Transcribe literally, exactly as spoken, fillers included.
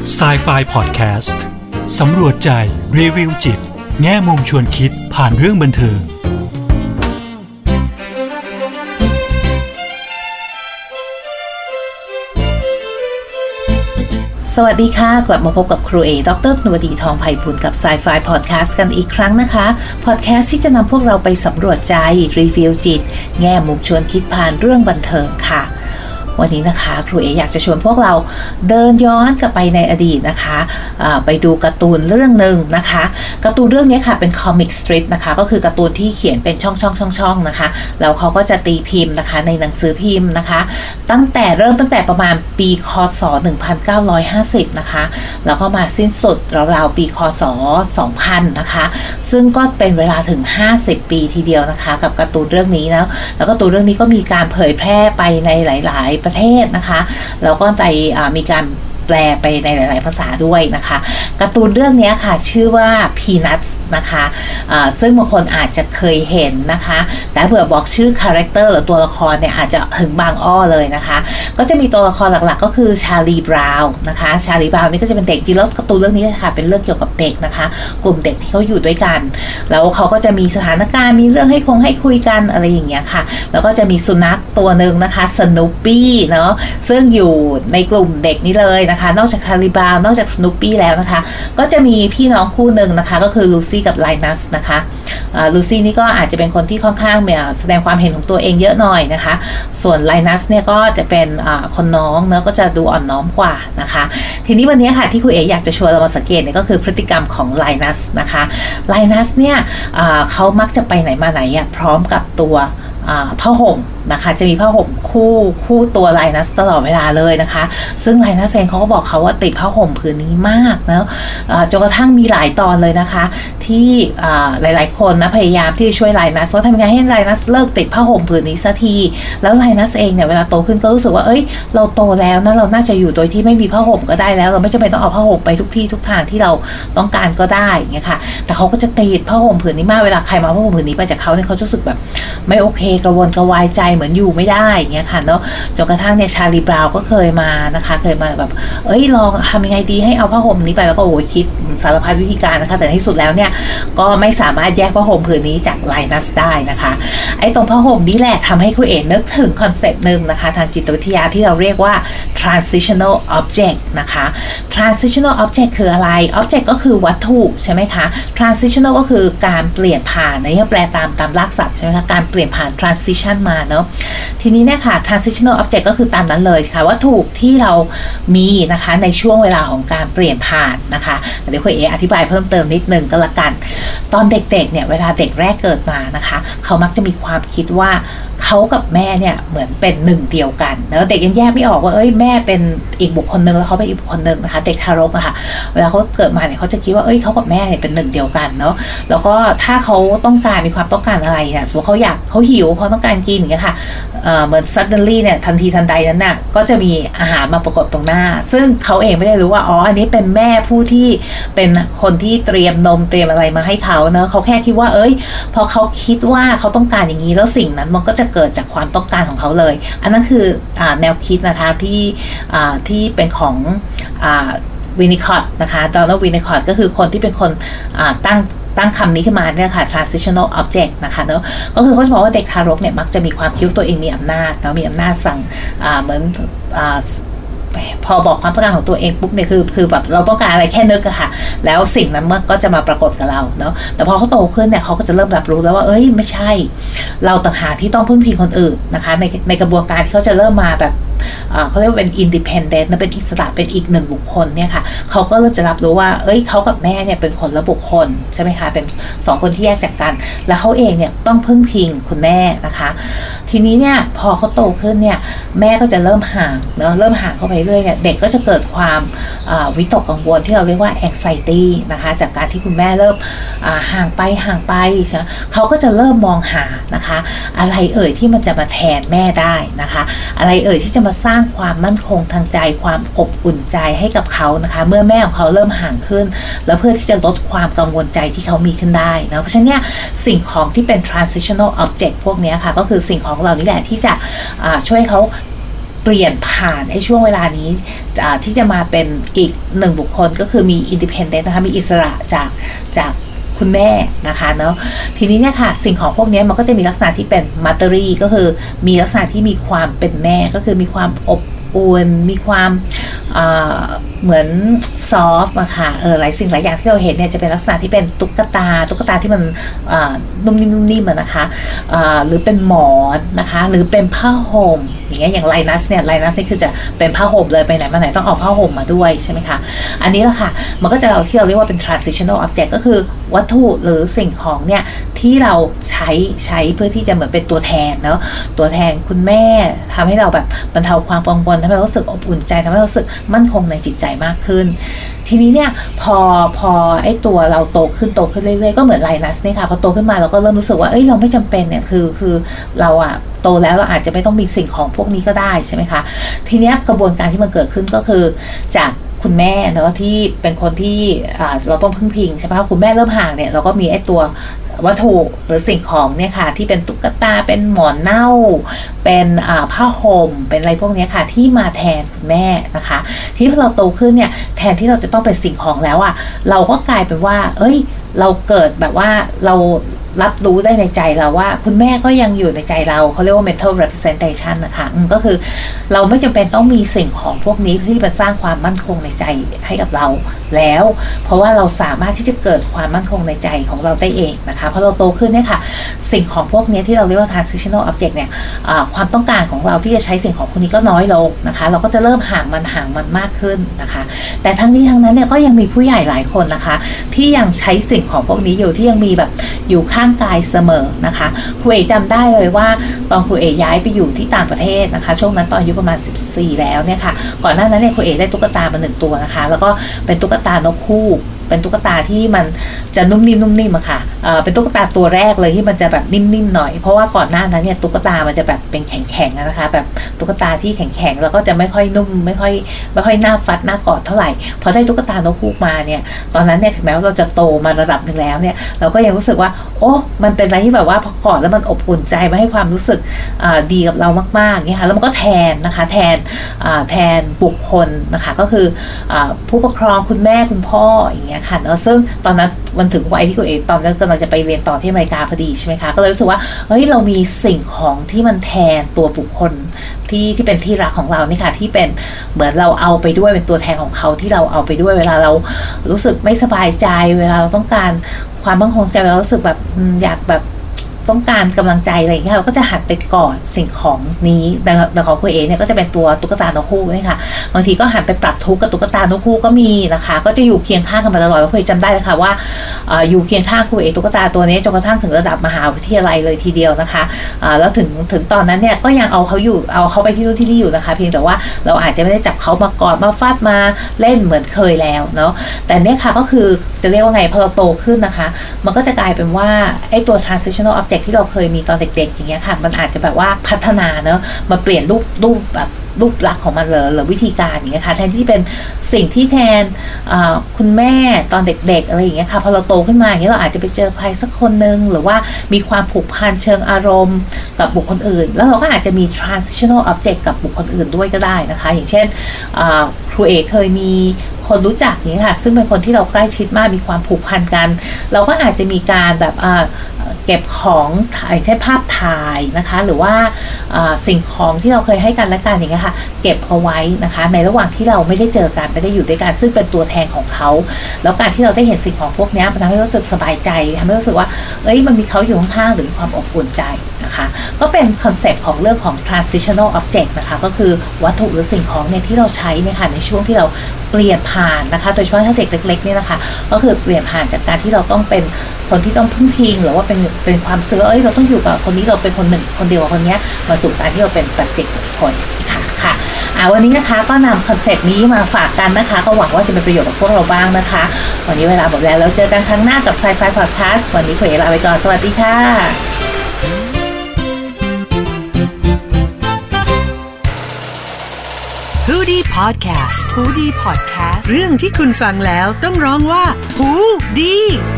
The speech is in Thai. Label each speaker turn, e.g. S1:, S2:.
S1: Sci-Fi Podcast สำรวจใจรีวิวจิตแง่มุมชวนคิดผ่านเรื่องบันเทิง
S2: สวัสดีค่ะกลับมาพบกับครูเอดร.นวดีทองไพบุญกับ Sci-Fi Podcast กันอีกครั้งนะคะพอดแคสต์ที่จะนำพวกเราไปสำรวจใจรีวิวจิตแง่มุมชวนคิดผ่านเรื่องบันเทิงค่ะวันนี้นะคะครูเออยากจะชวนพวกเราเดินย้อนกลับไปในอดีตนะคะไปดูการ์ตูนเรื่องหนึ่งนะคะการ์ตูนเรื่องนี้ค่ะเป็นคอมิกสตริปนะคะก็คือการ์ตูนที่เขียนเป็นช่องช่องช่องช่องนะคะแล้วเขาก็จะตีพิมพ์นะคะในหนังสือพิมพ์นะคะตั้งแต่เริ่มตั้งแต่ประมาณปีคศหนึ่งพันเก้าร้อยห้าสิบนะคะแล้วก็มาสิ้นสุดราวๆปีคศสองพันนะคะซึ่งก็เป็นเวลาถึงห้าสิบปีทีเดียวนะคะกับการ์ตูนเรื่องนี้นะแล้วก็การ์ตูนเรื่องนี้ก็มีการเผยแพร่ไปในหลายๆประเทศนะคะแล้วก็ใจมีการแปลไปในหลายๆภาษาด้วยนะคะการ์ตูนเรื่องนี้ค่ะชื่อว่า Peanuts นะคะะซึ่งบางคนอาจจะเคยเห็นนะคะแต่เผื่อบอกชื่อคาแรคเตอร์หรือตัวละครเนี่ยอาจจะถึงบางอ้อเลยนะคะก็จะมีตัวละครหลักๆก็คือชาลีบราวน์นะคะชาลีบราวน์นี่ก็จะเป็นเด็กจริงแล้วการ์ตูนเรื่องนี้ค่ะเป็นเรื่องเกี่ยวกับเด็กนะคะกลุ่มเด็กที่เขาอยู่ด้วยกันแล้วเขาก็จะมีสถานการณ์มีเรื่องให้คงให้คุยกันอะไรอย่างเงี้ยค่ะแล้วก็จะมีสุนัขตัวนึงนะคะสนูปปี้เนาะซึ่งอยู่ในกลุ่มเด็กนี้เลยนะคะนอกจากคาริบาวนอกจากสนูปปี้แล้วนะคะก็จะมีพี่น้องคู่หนึ่งนะคะก็คือลูซี่กับไลนัสนะคะลูซี่นี่ก็อาจจะเป็นคนที่ค่อนข้างแสดงความเห็นของตัวเองเยอะหน่อยนะคะส่วนไลนัสเนี่ยก็จะเป็นคนน้องเนาะก็จะดูอ่อนน้อมกว่านะคะทีนี้วันนี้ค่ะที่คุณเอ๋อยากจะชวนเรามาสังเกตเนี่ยก็คือพฤติกรรมของไลนัสนะคะไลนัสเนี่ยเขามักจะไปไหนมาไหนอ่ะพร้อมกับตัวผ้าห่มนะคะจะมีผ้าห่มคู่คู่ตัวไลนัสตลอดเวลาเลยนะคะซึ่งไลนัสเองเขาก็บอกเขาว่าติดผ้าห่มผืนนี้มากนะจนกระทั่งมีหลายตอนเลยนะคะที่หลายๆคนนะพยายามที่จะช่วยไลนัสว่าทำยังไงให้ไลนัสเลิกติดผ้าห่มผืนนี้สักทีแล้วไลนัสเองเนี่ยเวลาโตขึ้นก็รู้สึกว่าเอ้ยเราโตแล้วนะเราน่าจะอยู่โดยที่ไม่มีผ้าห่มก็ได้แล้วเราไม่จำเป็นต้องเอาผ้าห่มไปทุกที่ทุกทางที่เราต้องการก็ได้อย่างเงี้ยค่ะแต่เขาก็จะติดผ้าห่มผืนนี้มากเวลาใครมาผ้าห่มผืนนี้ไปจากเขาเนี่ยเขาจะรู้สึกแบบไม่โอเคกระวนกระวายใจเหมือนอยู่ไม่ได้อย่างเงี้ยค่ะเนาะจนกระทั่งเนี่ยชาลีบราวน์ก็เคยมานะคะเคยมาแบบเอ้ยลองทำยังไงดีให้เอาผ้าห่มนี้ไปแล้วก็โอ้ยคิดสารพัดวิธีการนะคะแต่ที่สุดแล้วเนี่ยก็ไม่สามารถแยกผ้าห่มผืนนี้จากไลนัสได้นะคะไอ้ตรงผ้าห่มนี้แหละทำให้คุณเอ๋นึกถึงคอนเซปต์หนึ่งนะคะทางจิตวิทยาที่เราเรียกว่า transitional object นะคะ transitional object คืออะไร object ก็คือวัตถุใช่ไหมคะ transitional ก็คือการเปลี่ยนผ่านในที่แปลตามตามรากศัพท์ใช่ไหมคะการเปลี่ยนผ่าน transition มาเนาะทีนี้เนี่ยค่ะ transitional object ก็คือตามนั้นเลยค่ะวัตถุที่เรามีนะคะในช่วงเวลาของการเปลี่ยนผ่านนะคะเดี๋ยวคุณเอ๋อธิบายเพิ่มเติมนิดนึงก็แล้วกันตอนเด็กๆเนี่ยเวลาเด็กแรกเกิดมานะคะเขามักจะมีความคิดว่าเขากับแม่เนี่ยเหมือนเป็นหนึ่งเดียวกันเนอะเด็กยังแยกไม่ออกว่าเอ้ยแม่เป็นอีกบุคคลนึงแล้วเขาเป็นอีกบุคคลนึงนะคะเด็กทารกอะค่ะเวลาเขาเกิดมาเนี่ยเขาจะคิดว่าเอ้ยเขากับแม่เนี่ยเป็นหนึ่งเดียวกันเนาะแล้วก็ถ้าเขาต้องการมีความต้องการอะไรเนี่ยสมมติเขาอยากเขาหิวเขาต้องการกินอย่างเงี้ยค่ะเอ่อเหมือน suddenly เนี่ยทันทีทันใดนั้นน่ะก็จะมีอาหารมาปรากฏตรงหน้าซึ่งเขาเองไม่ได้รู้ว่าอ๋ออันนี้เป็นแม่ผู้ที่เป็นคนที่เตรียมนมเตรียมอะไรมาให้เขาเนอะเขาแค่คิดว่าเอ้ยพอเขาคิดว่าเขาต้องการอย่างนี้แล้วสิ่งนั้นมันก็จะเกิดจากความต้องการของเขาเลยอันนั้นคืออ่าแนวคิดนะคะที่อ่าที่เป็นของอ่าวินิคอตนะคะดอนัลด์วินิคอตก็คือคนที่เป็นคนอ่าตั้งตั้งคำนี้ขึ้นมาเนี่ยค่ะ transitional object นะคะเนอะก็คือเขาจะบอกว่าเด็กทารกเนี่ยมักจะมีความคิดว่าตัวเองมีอำนาจแล้วมีอำนาจสั่งอ่าเหมือนอ่าพอบอกความต้องการของตัวเองปุ๊บเนี่ยคือคือแบบเราต้องการอะไรแค่นึกอะค่ะแล้วสิ่งนั้นมันก็จะมาปรากฏกับเราเนาะแต่พอเขาโตขึ้นเนี่ยเขาก็จะเริ่มรับรู้แล้วว่าเอ้ยไม่ใช่เราต่างหากที่ต้องพึ่งพิงคนอื่นนะคะในในกระบวนการที่เขาจะเริ่มมาแบบเขาเรียกว่าเป็น independent นะเป็นอิสระเป็นอีกหนึ่งบุคคลเนี่ยค่ะเขาก็เริ่มจะรับรู้ว่าเอ้ยเขากับแม่เนี่ยเป็นคนละบุคคลใช่ไหมคะเป็นสองคนที่แยกจากกันแล้วเขาเองเนี่ยต้องพึ่งพิงคุณแม่นะคะทีนี้เนี่ยพอเขาโตขึ้นเนี่ยแม่ก็จะเริ่มห่างเนาะเริ่มห่างเข้าไปเรื่อยเนี่ยเด็กก็จะเกิดความวิตกกังวลที่เราเรียกว่า anxiety นะคะจากการที่คุณแม่เริ่มห่างไปห่างไปใช่เขาก็จะเริ่มมองหานะคะอะไรเอ่ยที่มันจะมาแทนแม่ได้นะคะอะไรเอ่ยที่จะมาสร้างความมั่นคงทางใจความอบอุ่นใจให้กับเขานะคะเมื่อแม่ของเขาเริ่มห่างขึ้นแล้วเพื่อที่จะลดความกังวลใจที่เขามีขึ้นได้นะเพราะฉะนั้นเนี่ยสิ่งของที่เป็น transitional object พวกนี้ค่ะก็คือสิ่งของเหล่านี้แหละที่จะช่วยเขาเปลี่ยนผ่านไอ้ช่วงเวลานี้ที่จะมาเป็นอีกหนึ่งบุคคลก็คือมี independent นะคะมีอิสระจากจากคุณแม่นะคะเนาะทีนี้เนี่ยค่ะสิ่งของพวกนี้มันก็จะมีลักษณะที่เป็น motherly ก็คือมีลักษณะที่มีความเป็นแม่ก็คือมีความอบอุ่นมีความเหมือนซอฟต์อะค่ะเออหลายสิ่งหลายอย่างที่เราเห็นเนี่ยจะเป็นลักษณะที่เป็นตุ๊กตาตุ๊กตาที่มันนุ่มนิ่มนุ่มนิ่มนะคะหรือเป็นหมอนนะคะหรือเป็นผ้าห่มอย่างเงี้ยอย่างไลนัสเนี่ยไลนัสนี่คือจะเป็นผ้าห่มเลยไปไหนมาไหนต้องเอาผ้าห่มมาด้วยใช่ไหมคะอันนี้แหละค่ะมันก็จะเราที่เราเรียกว่าเป็น transitional object ก็คือวัตถุหรือสิ่งของเนี่ยที่เราใช้ใช้เพื่อที่จะเหมือนเป็นตัวแทนเนาะตัวแทนคุณแม่ทำให้เราแบบบรรเทาความกังวลทำให้เรารู้สึกอบอุ่นใจทำให้เรารู้สึกมั่นคงในจิตใจมากขึ้นทีนี้เนี่ยพอพอไอ้ตัวเราโตขึ้นโตขึ้นเรื่อยๆก็เหมือนไลนัสเนี่ยค่ะพอโตขึ้นมาเราก็เริ่มรู้สึกว่าเอ้ยเราไม่จำเป็นเนี่ยคือคือเราอะโตแล้วเราอาจจะไม่ต้องมีสิ่งของพวกนี้ก็ได้ใช่ไหมคะทีนี้กระบวนการที่มันเกิดขึ้นก็คือจากคุณแม่เนาะที่เป็นคนที่เราต้องพึ่งพิงใช่ไหมคะคุณแม่เริ่มห่างเนี่ยเราก็มีไอ้ตัววัตถุหรือสิ่งของเนี่ยค่ะที่เป็นตุ๊กตาเป็นหมอนเน่าเป็นผ้าห่มเป็นอะไรพวกนี้ค่ะที่มาแทนคุณแม่นะคะที่พอเราโตขึ้นเนี่ยแทนที่เราจะต้องเป็นสิ่งของแล้วอ่ะเราก็กลายเป็นว่าเอ้ยเราเกิดแบบว่าเรารับรู้ได้ในใจเราว่าคุณแม่ก็ยังอยู่ในใจเราเขาเรียกว่า mental representation นะคะก็คือเราไม่จำเป็นต้องมีสิ่งของพวกนี้ที่มาสร้างความมั่นคงในใจให้กับเราแล้วเพราะว่าเราสามารถที่จะเกิดความมั่นคงในใจของเราได้เองนะคะพอเราโตขึ้นเนี่ยค่ะสิ่งของพวกนี้ที่เราเรียกว่า transitional object เนี่ยความต้องการของเราที่จะใช้สิ่งของพวกนี้ก็น้อยลงนะคะเราก็จะเริ่มห่างมันห่างมันมากขึ้นนะคะแต่ทั้งนี้ทั้งนั้นเนี่ยก็ยังมีผู้ใหญ่หลายคนนะคะที่ยังใช้สิ่งของพวกนี้อยู่ที่ยังมีแบบอยู่ข้างกายเสมอนะคะครูเอจำได้เลยว่าตอนครูเอย้ายไปอยู่ที่ต่างประเทศนะคะช่วงนั้นตอนอายุประมาณสิบสี่แล้วเนี่ยค่ะก่อนหน้านั้นเนี่ยครูเอได้ตุ๊กตามาหนึ่งตัวนะคะแล้วก็เป็นตุ๊กตานกฮูกเป็นตุ๊กตาที่มันจะนุ่มนิ่มนุ่มนิ่มอะค่ะเอ่อเป็นตุ๊กตาตัวแรกเลยที่มันจะแบบนิ่มๆหน่อยเพราะว่าก่อนหน้านั้นเนี่ยตุ๊กตามันจะแบบเป็นแข็งๆนะคะแบบตุ๊กตาที่แข็งๆแล้วก็จะไม่ค่อยนุ่มไม่ค่อยไม่ค่อยน่าฟัดน่ากอดเท่าไหร่พอได้ตุ๊กตานกฮูกมาเนี่ยตอนนั้นเนี่ยถึงแม้ว่าเราจะโตมาระดับนึงแล้วเนี่ยเราก็ยังรู้สึกว่าโอ้มันเป็นอะไรที่แบบว่าพอกอดแล้วมันอบอุ่นใจมาให้ความรู้สึกดีกับเรามากๆเนี่ยค่ะแล้วมันก็แทนนะคะแทนแทนบุคคลนะคะก็คือผู้ปกครองคุณแม่คุณพ่ออย่างเงี้ยค่ะเนาะซึ่งตอนนั้นมันถึงวัยที่คุณเอตอนนั้นกำลังจะไปเรียนต่อที่อเมริกาพอดีใช่ไหมคะก็เลยรู้สึกว่าเฮ้ยเรามีสิ่งของที่มันแทนตัวบุคคลที่ที่เป็นที่รักของเรานี่ค่ะที่เป็นเหมือนเราเอาไปด้วยเป็นตัวแทนของเขาที่เราเอาไปด้วยเวลาเรารู้สึกไม่สบายใจเวลาเราต้องการความมั่นคงใจเรารู้สึกแบบอยากแบบต้องการกำลังใจอะไรอย่างเงี้ยเราก็จะหัดไปกอดสิ่งของนี้แต่ของคุณเอเนี่ยก็จะเป็นตัวตุ๊กตานกฮูกนี่ค่ะบางทีก็หันไปปรับทุกข์กับตุ๊กตานกฮูกก็มีนะคะก็จะอยู่เคียงข้างกันมาตลอดแล้วคุณเอจำได้เลยค่ะว่าอยู่เคียงข้างคุณเอตุ๊กตาตัวนี้จนกระทั่งถึงระดับมหาวิทยาลัยเลยทีเดียวนะคะแล้วถึงถึงตอนนั้นเนี่ยก็ยังเอาเขาอยู่เอาเขาไปที่นู่นที่นี่อยู่นะคะเพียงแต่ว่าเราอาจจะไม่ได้จับเขามากอดมาฟาดมาเล่นเหมือนเคยแล้วเนาะแต่เนี่ยค่ะก็คือจะเรียกว่าไงพอเราโตขึ้นนะคะมันก็จะกลายเป็นว่าไอ้ตัว transitional objectที่เราเคยมีตอนเด็กๆอย่างเงี้ยค่ะมันอาจจะแบบว่าพัฒนาเนอะมาเปลี่ยนรูปรูปแบบรูปลักษณ์ของมันเลยหรือวิธีการอย่างเงี้ยค่ะแทนที่เป็นสิ่งที่แทนคุณแม่ตอนเด็กๆอะไรอย่างเงี้ยค่ะพอเราโตขึ้นมาอย่างเงี้ยเราอาจจะไปเจอใครสักคนนึงหรือว่ามีความผูกพันเชิงอารมณ์กับบุคคลอื่นแล้วเราก็อาจจะมี transitional object กับบุคคลอื่นด้วยก็ได้นะคะอย่างเช่นครูเอกเคยมีคนรู้จักอย่างนี้ค่ะซึ่งเป็นคนที่เราใกล้ชิดมากมีความผูกพันกันเราก็อาจจะมีการแบบเก็บของถ่ายแค่ภาพถ่ายนะคะหรือว่าสิ่งของที่เราเคยให้กันและกันอย่างเงี้ยค่ะเก็บเอาไว้นะคะในระหว่างที่เราไม่ได้เจอกันไม่ได้อยู่ด้วยกันซึ่งเป็นตัวแทนของเขาแล้วการที่เราได้เห็นสิ่งของพวกนี้มันทำให้รู้สึกสบายใจทำให้รู้สึกว่าเอ้ยมันมีเขาอยู่ข้างๆหรือมีความอบอุ่นใจนะคะก็เป็นคอนเซปต์ของเรื่องของ transitional object นะคะก็คือวัตถุหรือสิ่งของเนี่ยที่เราใช้เนี่ยค่ะในช่วงที่เราเปลี่ยนผ่านนะคะโดยเฉพาะถ้าเด็กเล็กๆเนี่ยนะคะก็คือเปลี่ยนผ่านจากการที่เราต้องเป็นคนที่ต้องพึ่งพิงหรือว่าเป็นเป็นความเสื่อเอ้ยเราต้องอยู่กับคนนี้เราเป็นคนหนึ่งคนเดียวกับคนนี้มาสู่การที่เราเป็นปัจเจกบุคคลค่ะค่ะอ่าวันนี้นะคะก็นำคอนเซปต์นี้มาฝากกันนะคะก็หวังว่าจะเป็นประโยชน์กับพวกเราบ้างนะคะวันนี้เวลาหมดแล้วแล้วเจอกันครั้งหน้ากับ Sci-Fi Podcast วันนี้ขอลาไปก่อนสวัสดีค่ะ
S3: ฮูดี้พอดแคสต์ฮูดี้พอดแคสต์เรื่องที่คุณฟังแล้วต้องร้องว่าฮูดี